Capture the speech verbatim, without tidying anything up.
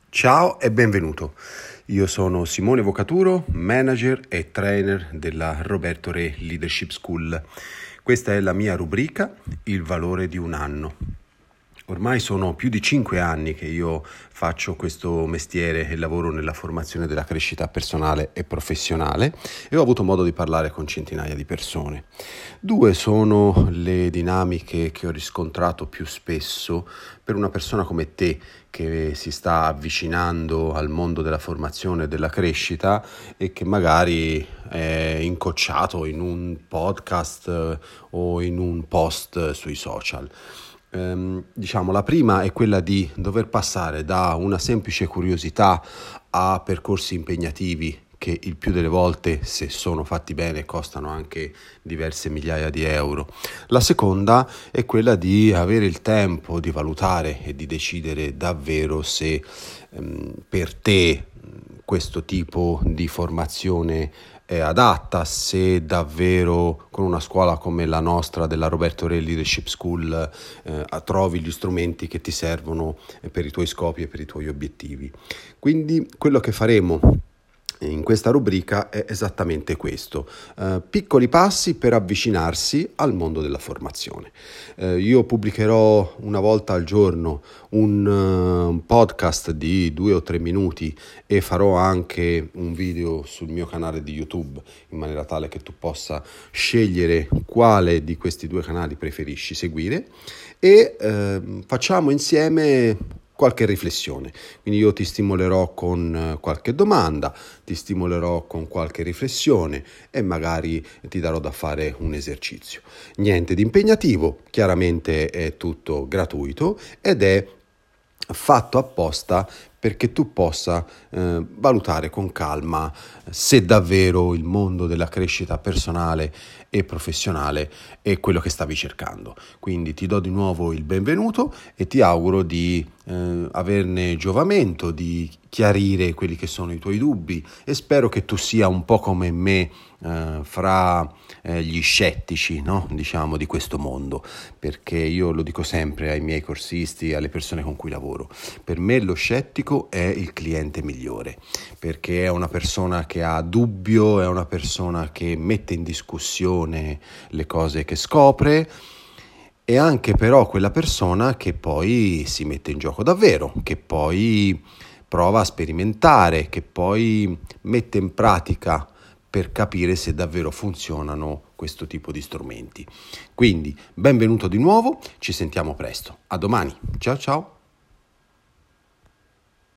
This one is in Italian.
Ciao e benvenuto. Io sono Simone Vocaturo, manager e trainer della Roberto Re Leadership School. Questa è la mia rubrica, il valore di un anno. Ormai sono più di cinque anni che io faccio questo mestiere e lavoro nella formazione della crescita personale e professionale e ho avuto modo di parlare con centinaia di persone. Due sono le dinamiche che ho riscontrato più spesso per una persona come te che si sta avvicinando al mondo della formazione e della crescita e che magari è incocciato in un podcast o in un post sui social. Um, diciamo la prima è quella di dover passare da una semplice curiosità a percorsi impegnativi che il più delle volte, se sono fatti bene, costano anche diverse migliaia di euro. La seconda è quella di avere il tempo di valutare e di decidere davvero se um, per te questo tipo di formazione è adatta, se davvero con una scuola come la nostra della Roberto Re Leadership School eh, trovi gli strumenti che ti servono per i tuoi scopi e per i tuoi obiettivi. Quindi quello che faremo in questa rubrica è esattamente questo, uh, piccoli passi per avvicinarsi al mondo della formazione. Uh, io pubblicherò una volta al giorno un uh, podcast di due o tre minuti e farò anche un video sul mio canale di YouTube in maniera tale che tu possa scegliere quale di questi due canali preferisci seguire e uh, facciamo insieme qualche riflessione. Quindi io ti stimolerò con qualche domanda, ti stimolerò con qualche riflessione e magari ti darò da fare un esercizio. Niente di impegnativo, chiaramente è tutto gratuito ed è fatto apposta perché tu possa eh, valutare con calma se davvero il mondo della crescita personale e professionale è quello che stavi cercando. Quindi ti do di nuovo il benvenuto e ti auguro di eh, averne giovamento, di chiarire quelli che sono i tuoi dubbi e spero che tu sia un po' come me eh, fra eh, gli scettici, no? Diciamo, di questo mondo, perché io lo dico sempre ai miei corsisti, alle persone con cui lavoro. Per me lo scettico è il cliente migliore, perché è una persona che ha dubbio, è una persona che mette in discussione le cose che scopre, e anche però quella persona che poi si mette in gioco davvero, che poi prova a sperimentare, che poi mette in pratica per capire se davvero funzionano questo tipo di strumenti. Quindi benvenuto di nuovo, ci sentiamo presto. A domani. Ciao ciao.